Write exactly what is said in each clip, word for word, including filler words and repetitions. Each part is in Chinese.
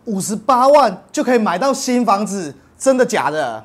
五十八万就可以买到新房子，真的假的？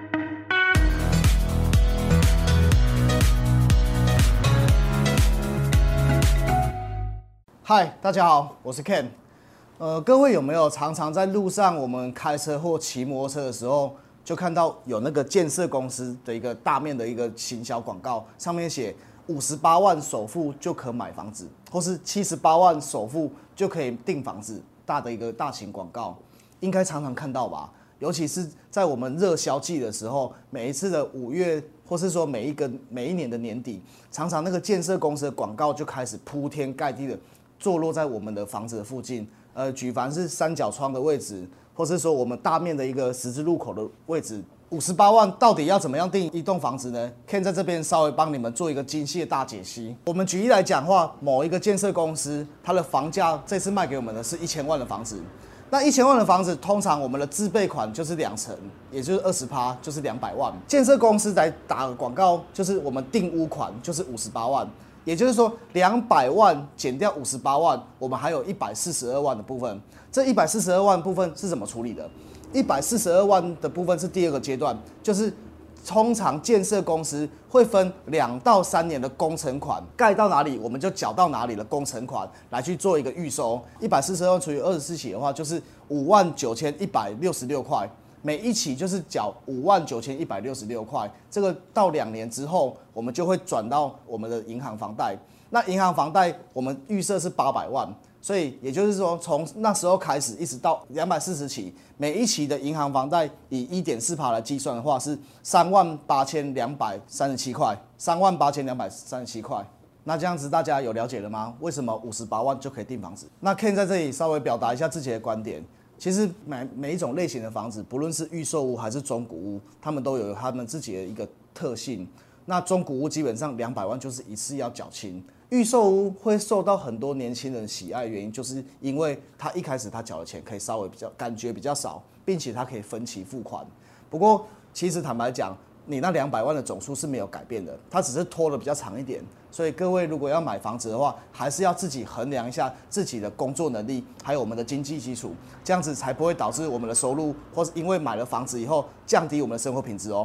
嗨，大家好，我是 Ken。呃，各位有没有常常在路上我们开车或骑摩托车的时候，就看到有那个建设公司的一个大面的一个行销广告，上面写五十八万首付就可买房子，或是七十八万首付就可以订房子，大的一个大型广告，应该常常看到吧？尤其是在我们热销季的时候，每一次的五月，或是说每一个每一年的年底，常常那个建设公司的广告就开始铺天盖地的坐落在我们的房子的附近。呃，举凡是三角窗的位置，或是说我们大面的一个十字路口的位置，五十八万到底要怎么样定一栋房子呢 ？Ken 在这边稍微帮你们做一个精细的大解析。我们举例来讲话，某一个建设公司，它的房价这次卖给我们的是一千万的房子。那一千万的房子，通常我们的自备款就是两成，也就是二十趴，就是两百万。建设公司来打个广告，就是我们定屋款就是五十八万。也就是说，两百万减掉五十八万，我们还有一百四十二万的部分。这一百四十二万部分是怎么处理的？一百四十二万的部分是第二个阶段，就是通常建设公司会分两到三年的工程款，盖到哪里我们就缴到哪里的工程款来去做一个预收。一百四十二万除以二十四期的话，就是五万九千一百六十六块。每一期就是缴五万九千一百六十六块，这个到两年之后，我们就会转到我们的银行房贷。那银行房贷我们预设是八百万，所以也就是说，从那时候开始一直到两百四十期，每一期的银行房贷以 一点四 趴来计算的话，是三万八千两百三十七块，三万八千两百三十七块。那这样子大家有了解了吗？为什么五十八万就可以订房子？那 Ken 在这里稍微表达一下自己的观点。其实每每一种类型的房子，不论是预售屋还是中古屋，他们都有他们自己的一个特性。那中古屋基本上两百万就是一次要缴清，预售屋会受到很多年轻人喜爱，原因就是因为他一开始他缴的钱可以稍微比较感觉比较少，并且他可以分期付款。不过其实坦白讲，你那两百万的总数是没有改变的，它只是拖得比较长一点。所以各位如果要买房子的话，还是要自己衡量一下自己的工作能力，还有我们的经济基础，这样子才不会导致我们的收入，或是因为买了房子以后降低我们的生活品质哦。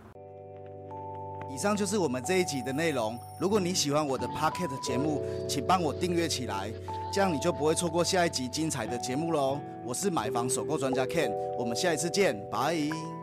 以上就是我们这一集的内容。如果你喜欢我的 Podcast 节目，请帮我订阅起来，这样你就不会错过下一集精彩的节目喽。我是买房首购专家 Ken， 我们下一次见，拜。